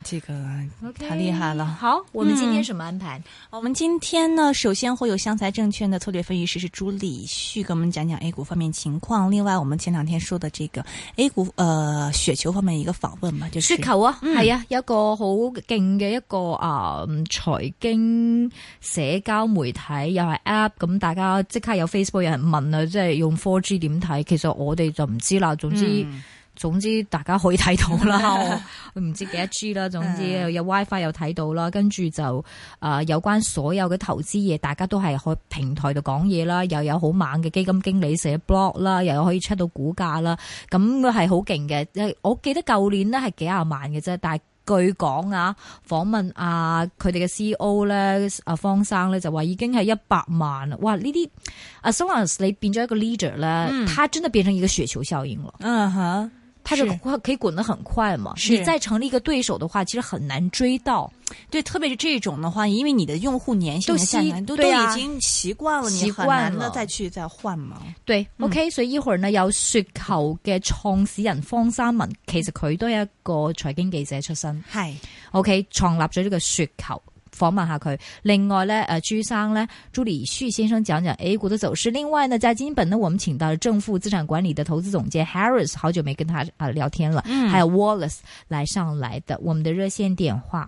这个太厉害了。 好，我们今天什么安排？ 我们今天呢，首先会有湘财证券的策略分析师是朱礼旭跟我们讲讲 A 股方面情况。另外，我们前2天说的这个 A 股雪球方面一个访問嘛，就是雪球啊，係啊，一個好勁嘅一個財經社交媒體又係 App， 咁大家即刻有 Facebook 有人問啊，即係用 4G 點睇？其實我哋就唔知啦，總之大家可以睇到啦，我唔知幾多 G 啦，總之有 WiFi 又睇到啦，跟住就有關所有嘅投資嘢，大家都係去平台度講嘢啦，又有好猛嘅基金經理寫 blog 啦，又有可以 check 到股價啦，咁係好勁嘅。我記得舊年咧係幾廿萬嘅啫，但係據講啊，訪問佢哋嘅 CEO 咧，方生咧就話已經係100萬啦。哇！呢啲as long as你變咗一個 leader 咧，他真的變成一個雪球效應了。嗯哼。它是可以滾得很快嘛？你再成立一個對手的話，其實很難追到。 對，特別是這種的話，因為你的用戶粘性都已經習慣了，你很難的再換嘛。 對，OK，所以一會兒呢有雪球嘅創始人方三文，其實佢都係一個財經記者出身，係 OK 創立咗呢個雪球。訪問下佢。另外呢，朱生呢，朱禮旭先生講講 A 股的走勢。另外呢，在金本呢，我們請到了正富資產管理的投資總監 Harris， 好久沒跟他聊天了。還有 Wallace 上來的。我們的熱線電話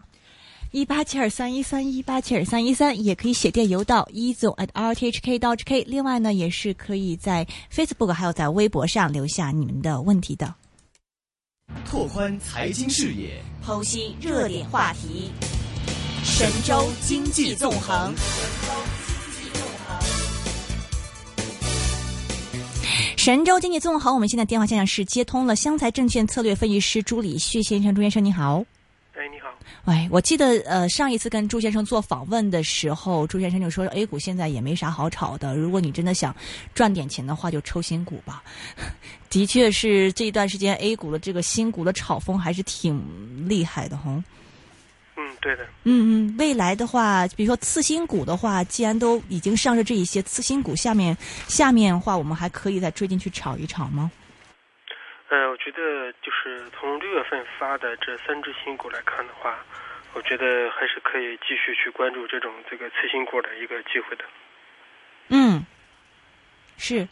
1872313，1872313，也可以寫電郵到1總@rthk.hk。另外呢，也是可以在 Facebook 還有在微博上留下你們的問題的。 拓寬財經視野， 剖析熱點話題。神州經濟縱橫，神州經濟縱橫，我們現在電話線上是接通了湘財證券策略分析師朱禮旭先生。朱先生你好。 你好。 喂，我記得上一次跟朱先生做訪問的時候，朱先生就說 A 股現在也沒啥好炒的，如果你真的想賺點錢的話就抽新股吧。的確是這一段時間 A 股的這個新股的炒風還是挺厲害的哈。 對的。 未來的話，比如說次新股的話，既然都已經上市這一些次新股，下面的話，我們還可以再追進去炒一炒嗎？ 我覺得就是從6月份發的這3隻新股來看的話，我覺得還是可以繼續去關注這種這個次新股的一個機會的。 是。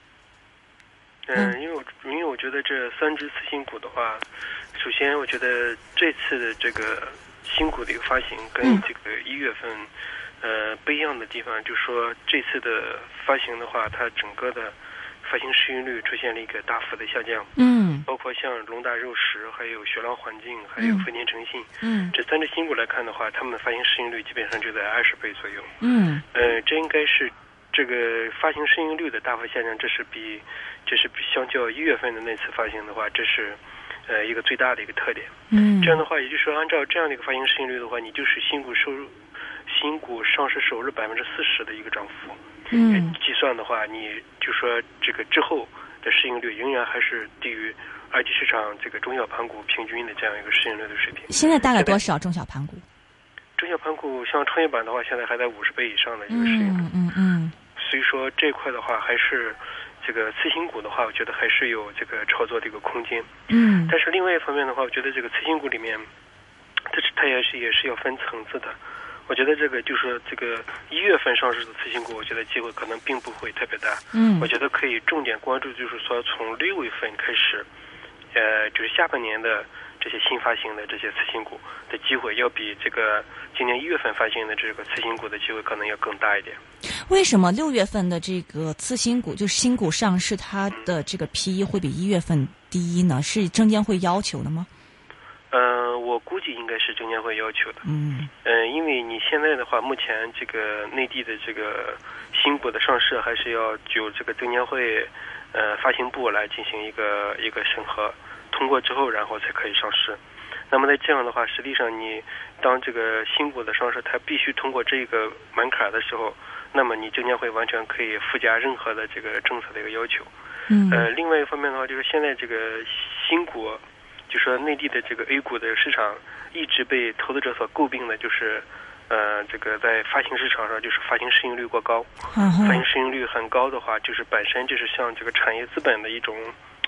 因為我覺得這3隻次新股的話，首先我覺得這次的這個新股的一個發行跟這個1月份不一樣的地方，就是說這次的發行的話，它整個的發行市盈率出現了一個大幅的下降。包括像龍大肉食，還有雪狼環境，還有豐田誠信，這3隻新股來看的話，他們發行市盈率基本上就在20倍左右。這應該是這個發行市盈率的大幅下降，這是比相較1月份的那次發行的話，這是一個最大的一個特點。這樣的話，也就是說，按照這樣的一個發行市盈率的話，你就是新股上市收入40%的一個漲幅。計算的話，你就說這個之後的市盈率仍然還是低於二級市場這個中小盤股平均的這樣一個市盈率的水平。 現在大概多少中小盤股？ 中小盤股像創業板的話，現在還在50倍以上的一個市盈率。所以說這塊的話，還是這個次新股的話，我覺得還是有這個炒作的一個空間。但是另外一方面的話，我覺得這個次新股裡面，它也是要分層次的。我覺得這個就是這個1月份上市的次新股，我覺得機會可能並不會特別大。我覺得可以重點關注，就是說從6月份開始，就是下半年的這些新發行的這些次新股的機會，要比這個今年1月份發行的這個次新股的機會可能要更大一點。 為什麼6月份的這個次新股，就是新股上市，它的這個 PE 會比1月份低呢？是證監會要求的嗎？ 我估計應該是證監會要求的。因為你現在的話，目前這個內地的這個新股的上市，還是要由這個證監會發行部來進行一個審核，通過之後，然後才可以上市。那麼在這樣的話，實際上你當這個新股的上市，它必須通過這個門檻的時候，那麼你證監會完全可以附加任何的這個政策的一個要求。另外一方面的話，就是現在這個新股，就說內地的這個 A 股的市場一直被投資者所詬病的，就是這個在發行市場上，就是發行市盈率過高。發行市盈率很高的話，就是本身就是像這個產業資本的一種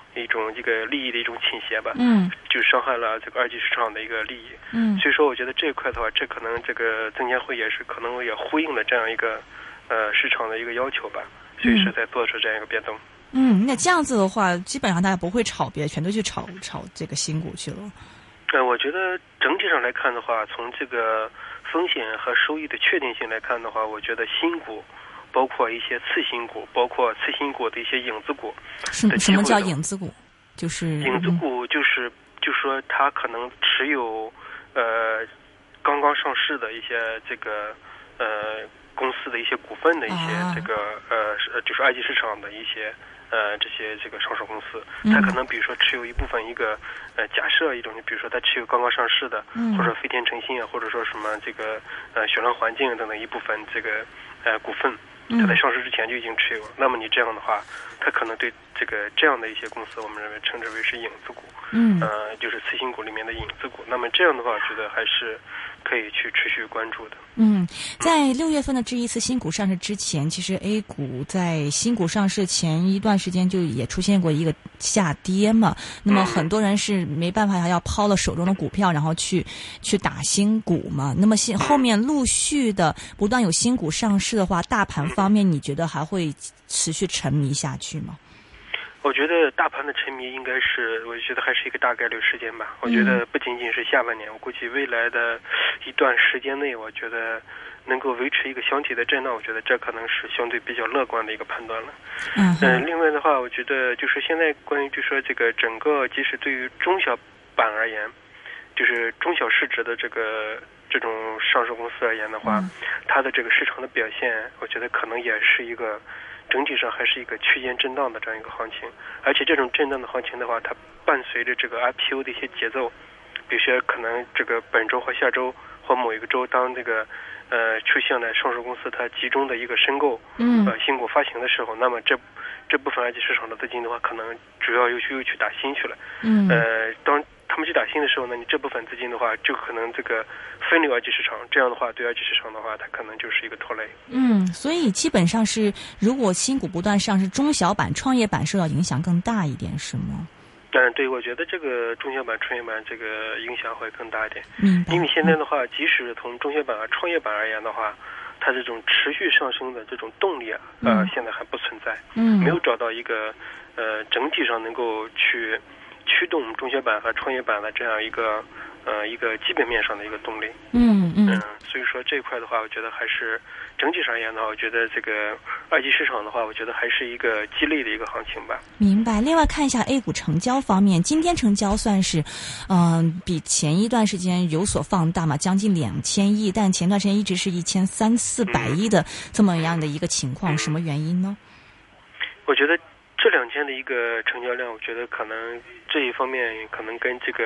一个利益的一种倾斜吧，就伤害了这个二级市场的一个利益，所以说我觉得这一块的话，这可能这个证监会也是可能也呼应了这样一个市场的一个要求吧，所以是在做出这样一个变动。 那这样子的话，基本上大家不会炒别，全都去炒这个新股去了。 我觉得整体上来看的话，从这个风险和收益的确定性来看的话，我觉得新股，包括一些次新股，包括次新股的一些影子股。 什么叫影子股？就是影子股就说它可能持有刚刚上市的一些这个公司的一些股份的一些这个就是二级市场的一些这些这个上市公司，它可能比如说持有一部分一个假设一种，比如说它持有刚刚上市的，或者飞天诚信啊，或者说什么这个雪亮环境等等一部分这个股份，它在上市之前就已经持有了。那么你这样的话，它可能对这样的一些公司，我们认为称之为是影子股，就是次新股里面的影子股。那么这样的话，我觉得还是可以去持续关注的。 在6月份的这一次新股上市之前，其实 A 股在新股上市前一段时间就也出现过一个下跌嘛。那么很多人是没办法，要抛了手中的股票，然后去打新股嘛。那么后面陆续的不断有新股上市的话，大盘方面你觉得还会持续沉迷下去吗？ 我觉得大盘的沉迷应该是，我觉得还是一个大概率事件吧。我觉得不仅仅是下半年，我估计未来的一段时间内，我觉得能够维持一个箱体的震荡，我觉得这可能是相对比较乐观的一个判断了。另外的话，我觉得就是现在关于就说这个整个，即使对于中小板而言，就是中小市值的这种上市公司而言的话，它的这个市场的表现，我觉得可能也是一个整体上还是一个区间震荡的这样一个行情。而且这种震荡的行情的话，它伴随着这个 IPO 的一些节奏，比如说可能这个本周或下周或某一个周，当这个出现了上市公司它集中的一个申购新股发行的时候，那么这部分二级市场的资金的话，可能主要又去打新去了。当他们去打新的时候呢，你这部分资金的话，就可能这个分流二级市场，这样的话对二级市场的话，它可能就是一个拖累。 所以基本上是，如果新股不断上市，中小板、创业板受到影响更大一点，是吗？ 对，我觉得这个中小板、创业板这个影响会更大一点。 因为现在的话，即使从中小板和创业板而言的话，它这种持续上升的这种动力现在还不存在。没有找到一个整体上能够去驱动中小板和创业板的这样一个基本面上的一个动力。所以说这一块的话，我觉得还是整体上而言的话，我觉得这个二级市场的话，我觉得还是一个激励的一个行情吧。 明白。另外看一下 A 股成交方面，今天成交算是比前一段时间有所放大嘛，将近2000亿，但前段时间一直是1300-400亿的这么样的一个情况，什么原因呢？ 我觉得这2天的一个成交量，我觉得可能这一方面可能跟这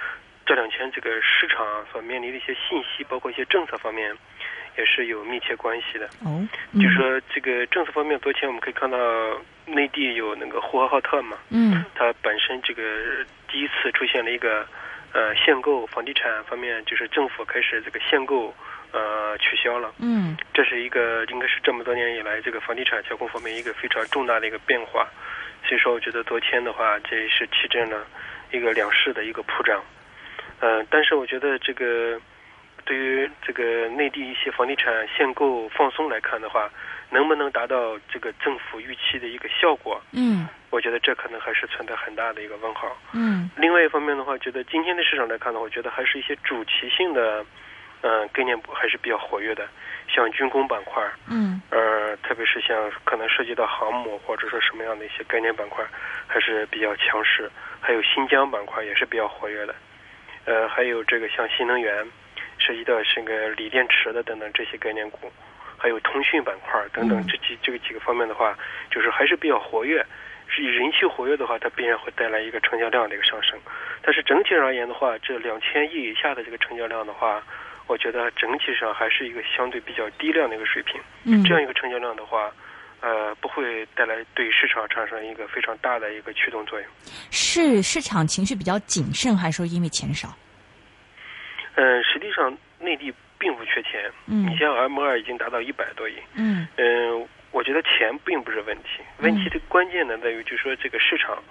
2天这个市场所面临的一些信息，包括一些政策方面，也是有密切关系的。就是说这个政策方面，昨天我们可以看到内地有那个呼和浩特嘛，它本身这个第一次出现了一个限购房地产方面，就是政府开始这个限购取消了。这是一个应该是这么多年以来这个房地产调控方面一个非常重大的一个变化。所以说我觉得昨天的话，这是提振了一个两市的一个普涨。但是我觉得这个对于这个内地一些房地产限购放松来看的话，能不能达到这个政府预期的一个效果？我觉得这可能还是存在很大的一个问号。另外一方面的话，觉得今天的市场来看的话，我觉得还是一些主题性的概念股还是比较活跃的，像军工板块，特别是像可能涉及到航母或者说什么样的一些概念板块，还是比较强势。还有新疆板块也是比较活跃的。还有这个像新能源，涉及到这个锂电池的等等这些概念股，还有通讯板块等等这几个方面的话，就是还是比较活跃。是以人气活跃的话，它必然会带来一个成交量的一个上升。但是整体而言的话，这2000亿以下的这个成交量的话，我觉得整体上还是一个相对比较低量的一个水平。这样一个成交量的话，不会带来对市场产生一个非常大的一个驱动作用。 是市场情绪比较谨慎，还是说因为钱少？ 实际上内地并不缺钱。你像 M2 已经达到100多亿。我觉得钱并不是问题，问题的关键呢在于就是说这个市场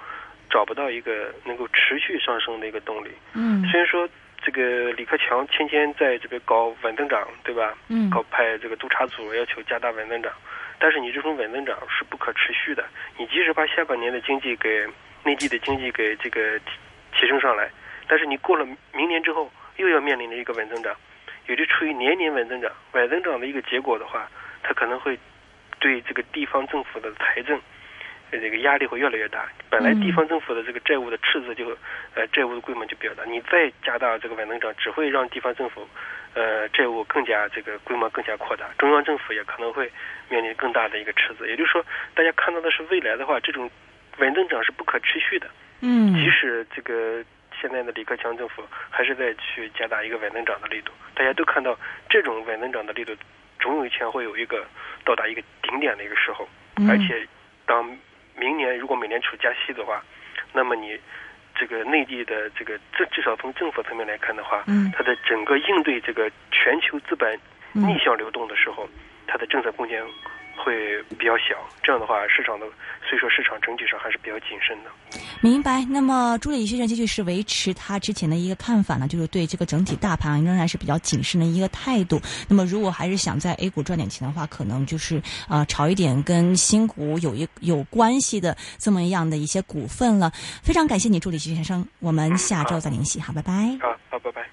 找不到一个能够持续上升的一个动力。虽然说这个李克强天天在这边搞稳增长，对吧？搞派这个督查组要求加大稳增长，但是你这种稳增长是不可持续的。你即使把下半年的经济给内地的经济给这个提升上来，但是你过了明年之后又要面临着一个稳增长，也就处于年年稳增长。稳增长的一个结果的话，它可能会对这个地方政府的财政这个压力会越来越大。本来地方政府的这个债务的赤字就债务的规模就比较大，你再加大这个稳增长，只会让地方政府债务更加这个规模更加扩大，中央政府也可能会面临更大的一个赤字。也就是说，大家看到的是未来的话，这种稳增长是不可持续的。即使这个现在的李克强政府还是在去加大一个稳增长的力度，大家都看到这种稳增长的力度总有一天会有一个到达一个顶点的一个时候。而且当明年如果美联储加息的话，那么你这个内地的这个至少从政府层面来看的话，它的整个应对这个全球资本逆向流动的时候，它的政策空间会比较小。这样的话，所以说市场整体上还是比较谨慎的。 明白。那么朱理先生继续是维持他之前的一个看法呢，就是对这个整体大盘仍然是比较谨慎的一个态度。那么如果还是想在 A 股赚点钱的话，可能就是炒一点跟新股有关系的这么样的一些股份了。非常感谢你朱理先生，我们下周再联系。好，拜拜。 好，拜拜。